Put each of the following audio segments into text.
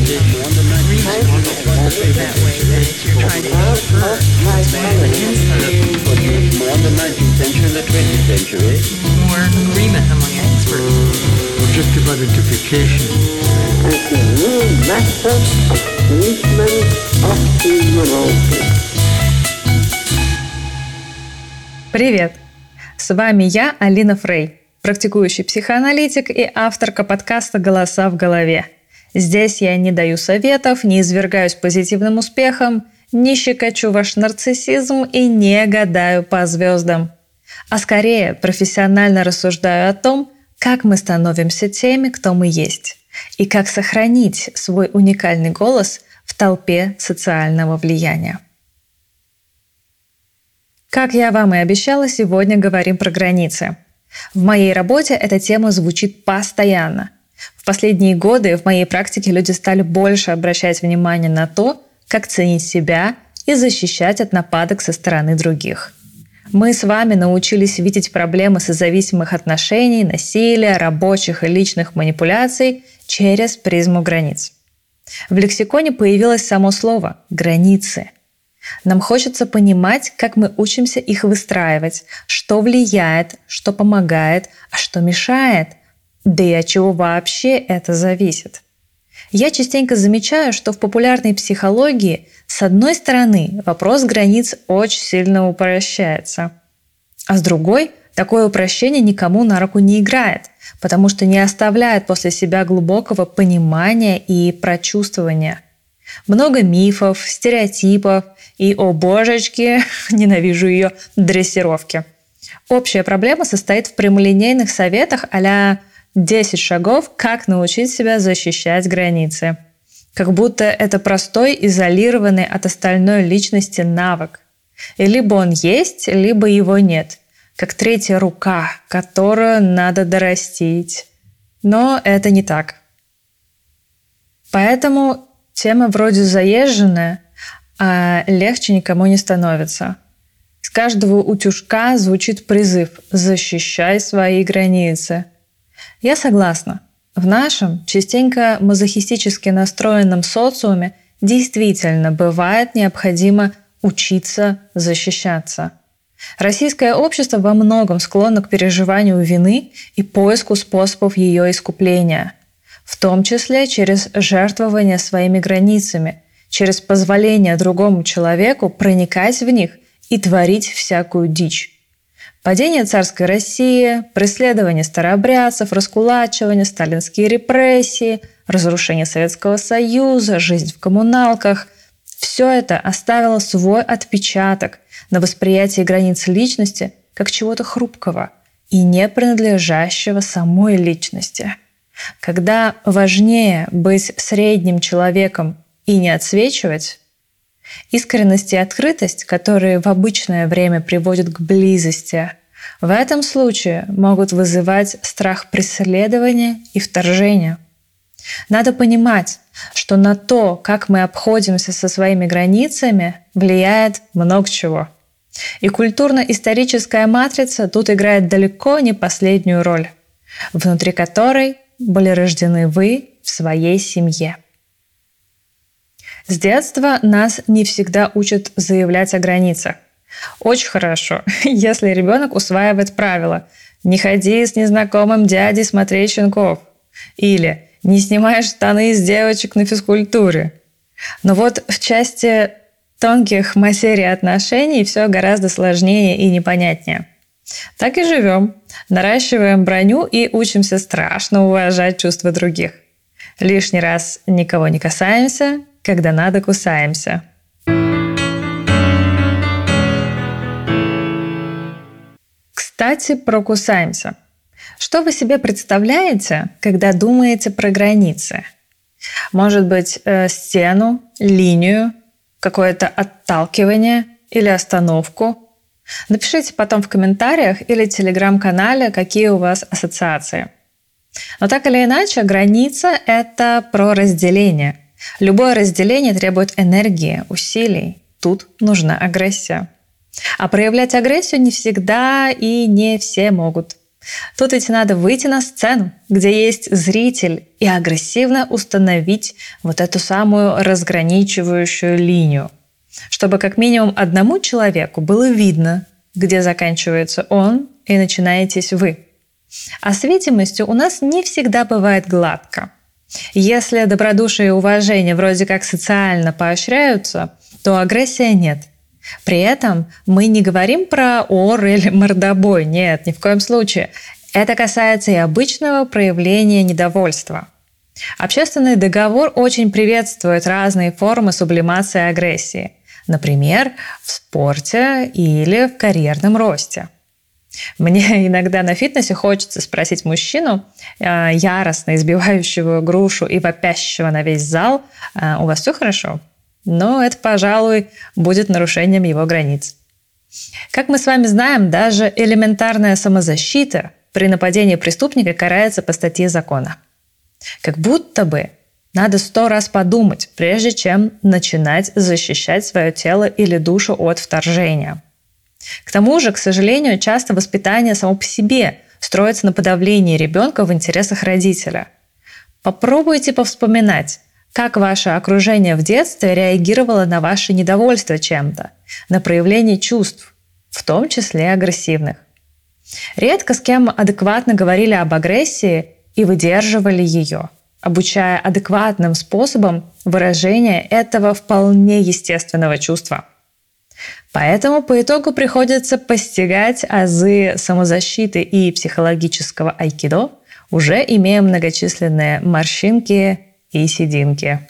that way than if you're trying to make sure it's more of an inside. More in the 19th century and the 20th century. More agreement among experts. Objective identification. As a new method of treatment of the neurosis. Привет! С вами я, Алина Фрей, практикующий психоаналитик и авторка подкаста «Голоса в голове». Здесь я не даю советов, не извергаюсь позитивным успехом, не щекочу ваш нарциссизм и не гадаю по звездам. А скорее профессионально рассуждаю о том, как мы становимся теми, кто мы есть, и как сохранить свой уникальный голос в толпе социального влияния. Как я вам и обещала, сегодня говорим про границы. В моей работе эта тема звучит постоянно. В последние годы в моей практике люди стали больше обращать внимание на то, как ценить себя и защищать от нападок со стороны других. Мы с вами научились видеть проблемы созависимых отношений, насилия, рабочих и личных манипуляций через призму границ. В лексиконе появилось само слово «границы». Нам хочется понимать, как мы учимся их выстраивать, что влияет, что помогает, а что мешает, да и от чего вообще это зависит. Я частенько замечаю, что в популярной психологии, с одной стороны, вопрос границ очень сильно упрощается, а с другой, такое упрощение никому на руку не играет, потому что не оставляет после себя глубокого понимания и прочувствования. Много мифов, стереотипов и, о божечки, ненавижу ее, дрессировки. Общая проблема состоит в прямолинейных советах а-ля 10 шагов, как научить себя защищать границы. Как будто это простой, изолированный от остальной личности навык. И либо он есть, либо его нет. Как третья рука, которую надо дорастить. Но это не так. Поэтому тема вроде заезженная, а легче никому не становится. С каждого утюжка звучит призыв «защищай свои границы». Я согласна. В нашем, частенько мазохистически настроенном социуме действительно бывает необходимо учиться защищаться. Российское общество во многом склонно к переживанию вины и поиску способов ее искупления, в том числе через жертвование своими границами, через позволение другому человеку проникать в них и творить всякую дичь. Падение царской России, преследование старообрядцев, раскулачивание, сталинские репрессии, разрушение Советского Союза, жизнь в коммуналках – все это оставило свой отпечаток на восприятии границ личности как чего-то хрупкого и не принадлежащего самой личности. Когда важнее быть средним человеком и не отсвечивать, искренность и открытость, которые в обычное время приводят к близости, в этом случае могут вызывать страх преследования и вторжения. Надо понимать, что на то, как мы обходимся со своими границами, влияет много чего. И культурно-историческая матрица тут играет далеко не последнюю роль, внутри которой были рождены вы в своей семье. С детства нас не всегда учат заявлять о границах. Очень хорошо, если ребенок усваивает правила «не ходи с незнакомым дядей смотреть щенков» или «не снимай штаны с девочек на физкультуре». Но вот в части тонких материй отношений все гораздо сложнее и непонятнее. Так и живем, наращиваем броню и учимся страшно уважать чувства других. Лишний раз никого не касаемся, когда надо, кусаемся. Кстати, про кусаемся. Что вы себе представляете, когда думаете про границы? Может быть, стену, линию, какое-то отталкивание или остановку? Напишите потом в комментариях или телеграм-канале, какие у вас ассоциации. Но так или иначе, граница – это про разделение. Любое разделение требует энергии, усилий. Тут нужна агрессия. А проявлять агрессию не всегда и не все могут. Тут ведь надо выйти на сцену, где есть зритель, и агрессивно установить вот эту самую разграничивающую линию, чтобы как минимум одному человеку было видно, где заканчивается он и начинаетесь вы. А с видимостью у нас не всегда бывает гладко. Если добродушие и уважение вроде как социально поощряются, то агрессия нет. При этом мы не говорим про ор или мордобой, нет, ни в коем случае. Это касается и обычного проявления недовольства. Общественный договор очень приветствует разные формы сублимации агрессии, например, в спорте или в карьерном росте. Мне иногда на фитнесе хочется спросить мужчину, яростно избивающего грушу и вопящего на весь зал: «У вас все хорошо?» Но это, пожалуй, будет нарушением его границ. Как мы с вами знаем, даже элементарная самозащита при нападении преступника карается по статье закона. Как будто бы надо 100 раз подумать, прежде чем начинать защищать свое тело или душу от вторжения. К тому же, к сожалению, часто воспитание само по себе строится на подавлении ребенка в интересах родителя. Попробуйте повспоминать, как ваше окружение в детстве реагировало на ваше недовольство чем-то, на проявление чувств, в том числе агрессивных. Редко с кем адекватно говорили об агрессии и выдерживали ее, обучая адекватным способом выражения этого вполне естественного чувства. Поэтому по итогу приходится постигать азы самозащиты и психологического айкидо, уже имея многочисленные морщинки и сединки.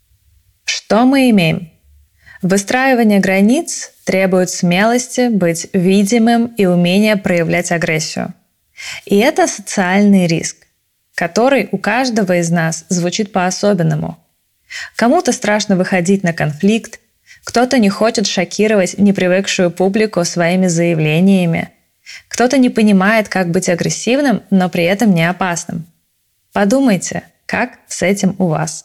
Что мы имеем? Выстраивание границ требует смелости быть видимым и умения проявлять агрессию. И это социальный риск, который у каждого из нас звучит по-особенному. Кому-то страшно выходить на конфликт, кто-то не хочет шокировать непривыкшую публику своими заявлениями, кто-то не понимает, как быть агрессивным, но при этом не опасным. Подумайте, как с этим у вас?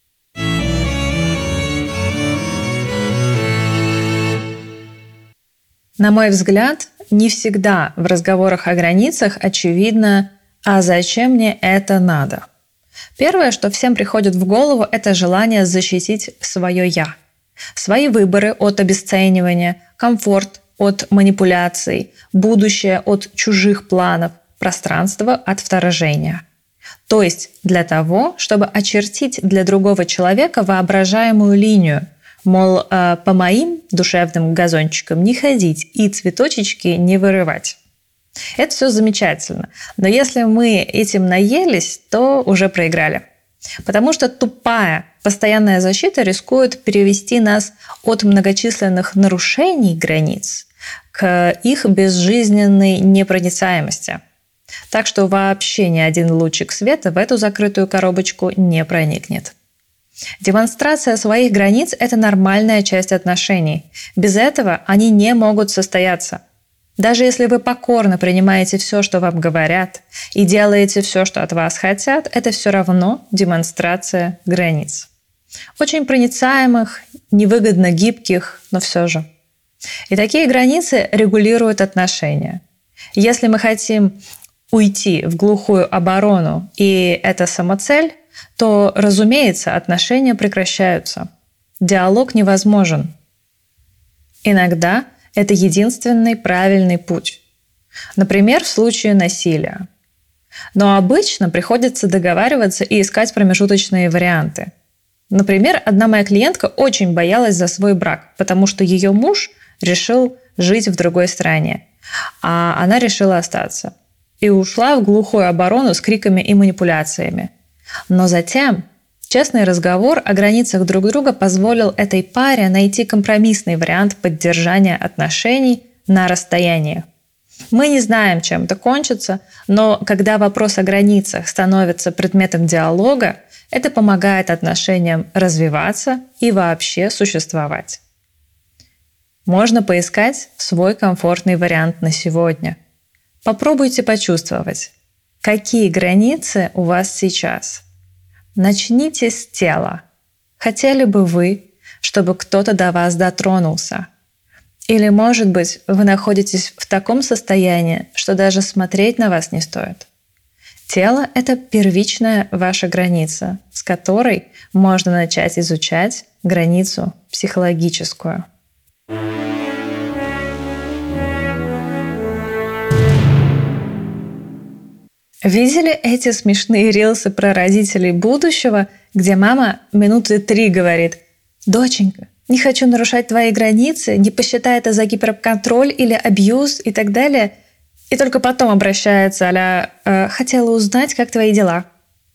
На мой взгляд, не всегда в разговорах о границах очевидно, а зачем мне это надо. Первое, что всем приходит в голову, это желание защитить свое «я». Свои выборы от обесценивания, комфорт от манипуляций, будущее от чужих планов, пространство от вторжения. То есть для того, чтобы очертить для другого человека воображаемую линию, мол, по моим душевным газончикам не ходить и цветочечки не вырывать. Это все замечательно, но если мы этим наелись, то уже проиграли. Потому что тупая постоянная защита рискует перевести нас от многочисленных нарушений границ к их безжизненной непроницаемости. Так что вообще ни один лучик света в эту закрытую коробочку не проникнет. Демонстрация своих границ – это нормальная часть отношений. Без этого они не могут состояться. Даже если вы покорно принимаете все, что вам говорят, и делаете все, что от вас хотят, это все равно демонстрация границ. Очень проницаемых, невыгодно гибких, но все же. И такие границы регулируют отношения. Если мы хотим уйти в глухую оборону, и это самоцель, то, разумеется, отношения прекращаются. Диалог невозможен. Иногда это единственный правильный путь. Например, в случае насилия. Но обычно приходится договариваться и искать промежуточные варианты. Например, одна моя клиентка очень боялась за свой брак, потому что ее муж решил жить в другой стране, а она решила остаться. И ушла в глухую оборону с криками и манипуляциями. Но затем честный разговор о границах друг друга позволил этой паре найти компромиссный вариант поддержания отношений на расстоянии. Мы не знаем, чем это кончится, но когда вопрос о границах становится предметом диалога, это помогает отношениям развиваться и вообще существовать. Можно поискать свой комфортный вариант на сегодня. Попробуйте почувствовать, какие границы у вас сейчас. Начните с тела. Хотели бы вы, чтобы кто-то до вас дотронулся? Или, может быть, вы находитесь в таком состоянии, что даже смотреть на вас не стоит. Тело – это первичная ваша граница, с которой можно начать изучать границу психологическую. Видели эти смешные рилсы про родителей будущего, где мама минуты 3 говорит: «Доченька, не хочу нарушать твои границы, не посчитай это за гиперконтроль или абьюз и так далее». И только потом обращается а-ля «хотела узнать, как твои дела».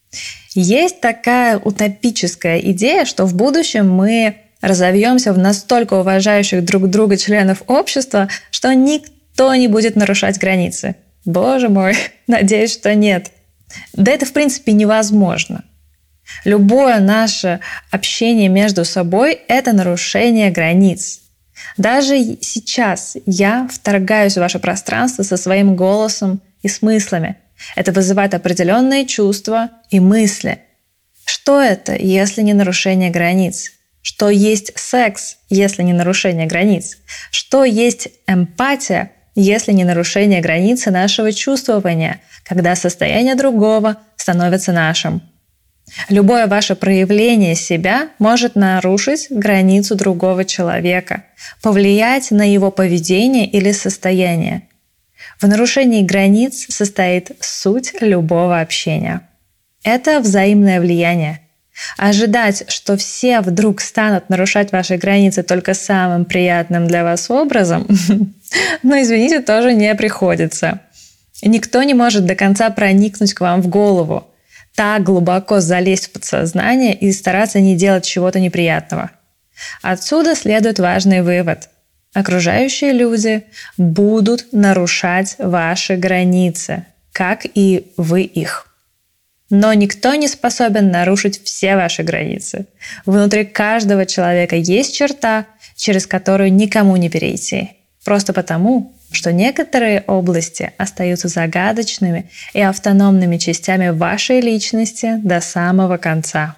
Есть такая утопическая идея, что в будущем мы разовьемся в настолько уважающих друг друга членов общества, что никто не будет нарушать границы. Боже мой, надеюсь, что нет. Да это, в принципе, невозможно. Любое наше общение между собой – это нарушение границ. Даже сейчас я вторгаюсь в ваше пространство со своим голосом и смыслами. Это вызывает определенные чувства и мысли. Что это, если не нарушение границ? Что есть секс, если не нарушение границ? Что есть эмпатия, если не нарушение границы нашего чувствования, когда состояние другого становится нашим? Любое ваше проявление себя может нарушить границу другого человека, повлиять на его поведение или состояние. В нарушении границ состоит суть любого общения. Это взаимное влияние. Ожидать, что все вдруг станут нарушать ваши границы только самым приятным для вас образом, извините, тоже не приходится. Никто не может до конца проникнуть к вам в голову, так глубоко залезть в подсознание и стараться не делать чего-то неприятного. Отсюда следует важный вывод. Окружающие люди будут нарушать ваши границы, как и вы их. Но никто не способен нарушить все ваши границы. Внутри каждого человека есть черта, через которую никому не перейти. Просто потому, что некоторые области остаются загадочными и автономными частями вашей личности до самого конца.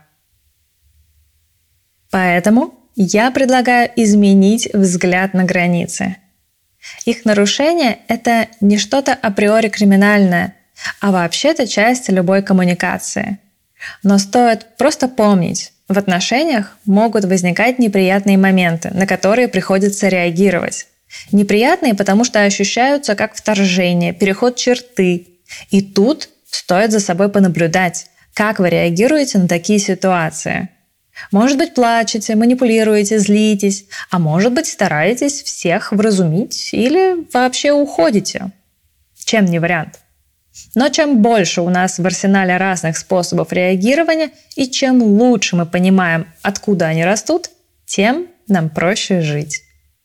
Поэтому я предлагаю изменить взгляд на границы. Их нарушение – это не что-то априори криминальное, а вообще-то часть любой коммуникации. Но стоит просто помнить, в отношениях могут возникать неприятные моменты, на которые приходится реагировать. Неприятные, потому что ощущаются как вторжение, переход черты. И тут стоит за собой понаблюдать, как вы реагируете на такие ситуации. Может быть, плачете, манипулируете, злитесь, а может быть, стараетесь всех вразумить или вообще уходите. Чем не вариант? Но чем больше у нас в арсенале разных способов реагирования и чем лучше мы понимаем, откуда они растут, тем нам проще жить.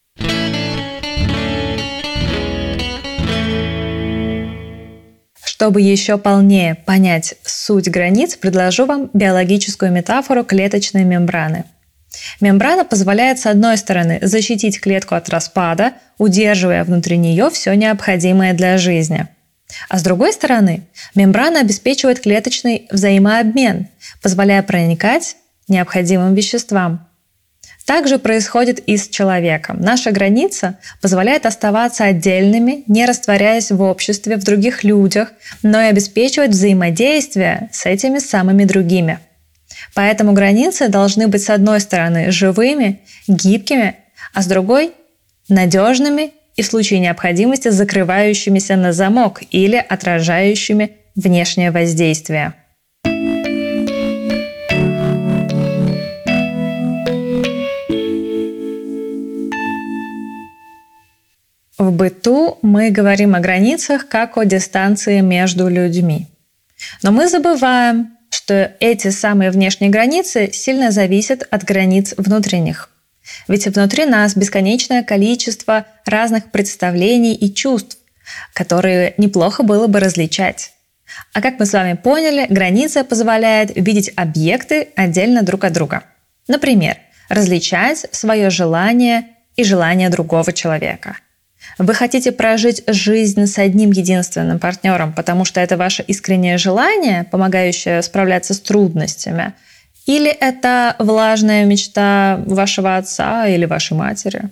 Чтобы еще полнее понять суть границ, предложу вам биологическую метафору клеточной мембраны. Мембрана позволяет, с одной стороны, защитить клетку от распада, удерживая внутри нее все необходимое для жизни. А с другой стороны, мембрана обеспечивает клеточный взаимообмен, позволяя проникать необходимым веществам. Так же происходит и с человеком. Наша граница позволяет оставаться отдельными, не растворяясь в обществе, в других людях, но и обеспечивать взаимодействие с этими самыми другими. Поэтому границы должны быть, с одной стороны, живыми, гибкими, а с другой – надежными и в случае необходимости закрывающимися на замок или отражающими внешнее воздействие. В быту мы говорим о границах как о дистанции между людьми. Но мы забываем, что эти самые внешние границы сильно зависят от границ внутренних. Ведь внутри нас бесконечное количество разных представлений и чувств, которые неплохо было бы различать. А как мы с вами поняли, граница позволяет видеть объекты отдельно друг от друга. Например, различать свое желание и желание другого человека. Вы хотите прожить жизнь с одним единственным партнером, потому что это ваше искреннее желание, помогающее справляться с трудностями, или это влажная мечта вашего отца или вашей матери?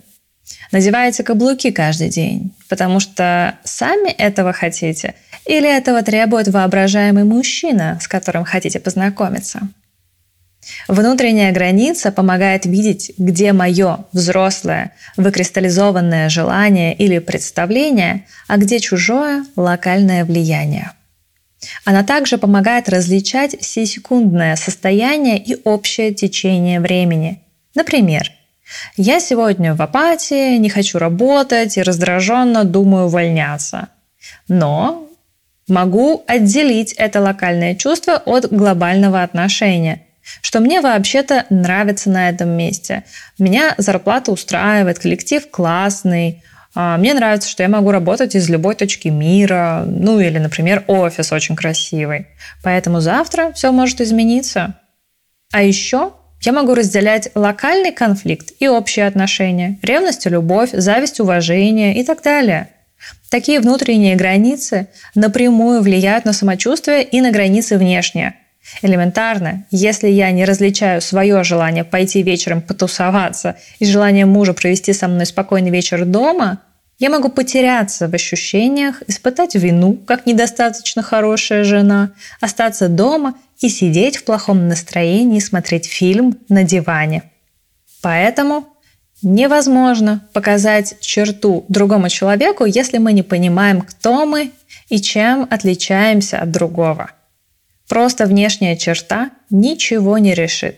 Надеваете каблуки каждый день, потому что сами этого хотите, или этого требует воображаемый мужчина, с которым хотите познакомиться. Внутренняя граница помогает видеть, где мое взрослое, выкристаллизованное желание или представление, а где чужое локальное влияние. Она также помогает различать сиюсекундное состояние и общее течение времени. Например, я сегодня в апатии, не хочу работать и раздраженно думаю увольняться. Но могу отделить это локальное чувство от глобального отношения, что мне вообще-то нравится на этом месте. Меня зарплата устраивает, коллектив классный, мне нравится, что я могу работать из любой точки мира, или, например, офис очень красивый. Поэтому завтра все может измениться. А еще я могу разделять локальный конфликт и общие отношения, ревность и любовь, зависть, уважение и так далее. Такие внутренние границы напрямую влияют на самочувствие и на границы внешние. Элементарно, если я не различаю свое желание пойти вечером потусоваться и желание мужа провести со мной спокойный вечер дома, я могу потеряться в ощущениях, испытать вину, как недостаточно хорошая жена, остаться дома и сидеть в плохом настроении и смотреть фильм на диване. Поэтому невозможно показать черту другому человеку, если мы не понимаем, кто мы и чем отличаемся от другого. Просто внешняя черта ничего не решит.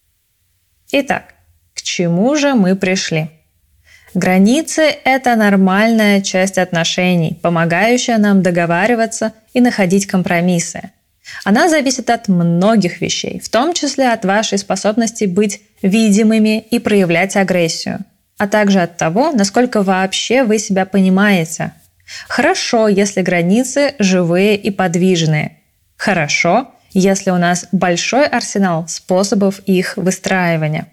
Итак, к чему же мы пришли? Границы – это нормальная часть отношений, помогающая нам договариваться и находить компромиссы. Она зависит от многих вещей, в том числе от вашей способности быть видимыми и проявлять агрессию, а также от того, насколько вообще вы себя понимаете. Хорошо, если границы живые и подвижные. Хорошо, если у нас большой арсенал способов их выстраивания.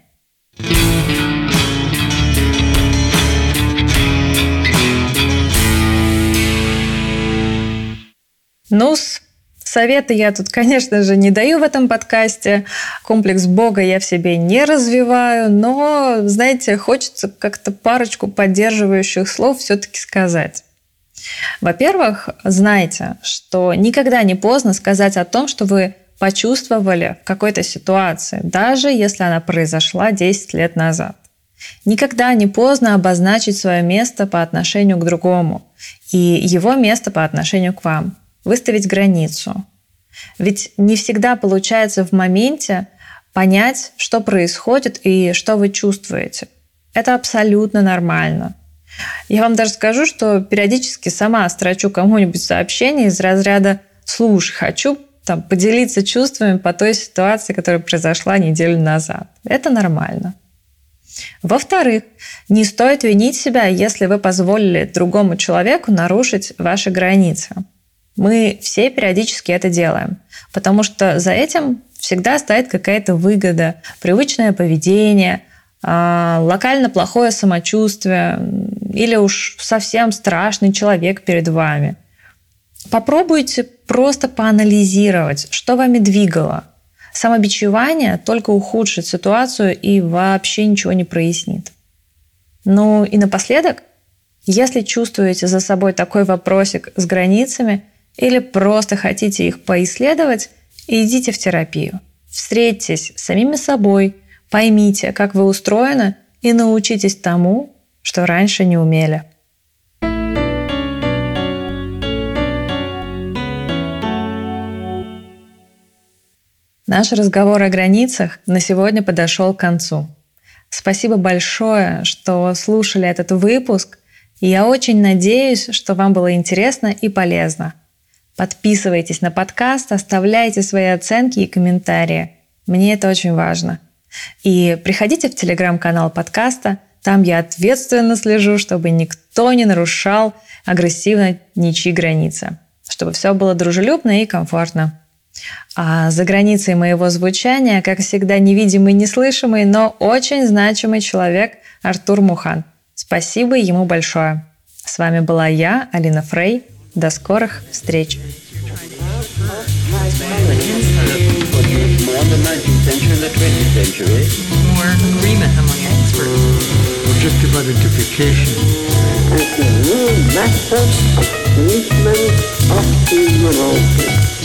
Советы я тут, конечно же, не даю в этом подкасте. Комплекс Бога я в себе не развиваю, но, знаете, хочется как-то парочку поддерживающих слов все-таки сказать. Во-первых, знайте, что никогда не поздно сказать о том, что вы почувствовали в какой-то ситуации, даже если она произошла 10 лет назад. Никогда не поздно обозначить свое место по отношению к другому и его место по отношению к вам. Выставить границу. Ведь не всегда получается в моменте понять, что происходит и что вы чувствуете. Это абсолютно нормально. Я вам даже скажу, что периодически сама строчу кому-нибудь сообщение из разряда «Слушай, хочу поделиться чувствами по той ситуации, которая произошла неделю назад». Это нормально. Во-вторых, не стоит винить себя, если вы позволили другому человеку нарушить ваши границы. Мы все периодически это делаем, потому что за этим всегда стоит какая-то выгода, привычное поведение, локально плохое самочувствие или уж совсем страшный человек перед вами. Попробуйте просто поанализировать, что вами двигало. Самобичевание только ухудшит ситуацию и вообще ничего не прояснит. И напоследок, если чувствуете за собой такой вопросик с границами, или просто хотите их поисследовать, идите в терапию. Встретитесь с самими собой, поймите, как вы устроены, и научитесь тому, что раньше не умели. Наш разговор о границах на сегодня подошел к концу. Спасибо большое, что слушали этот выпуск, и я очень надеюсь, что вам было интересно и полезно. Подписывайтесь на подкаст, оставляйте свои оценки и комментарии. Мне это очень важно. И приходите в телеграм-канал подкаста. Там я ответственно слежу, чтобы никто не нарушал агрессивно ничьи границы. Чтобы все было дружелюбно и комфортно. А за границей моего звучания, как всегда, невидимый, неслышимый, но очень значимый человек Артур Мухан. Спасибо ему большое. С вами была я, Алина Фрей. До скорых встреч! More in the 19th century and the 20th century. More agreement among experts. objective identification as the new method of treatment of the neurosis.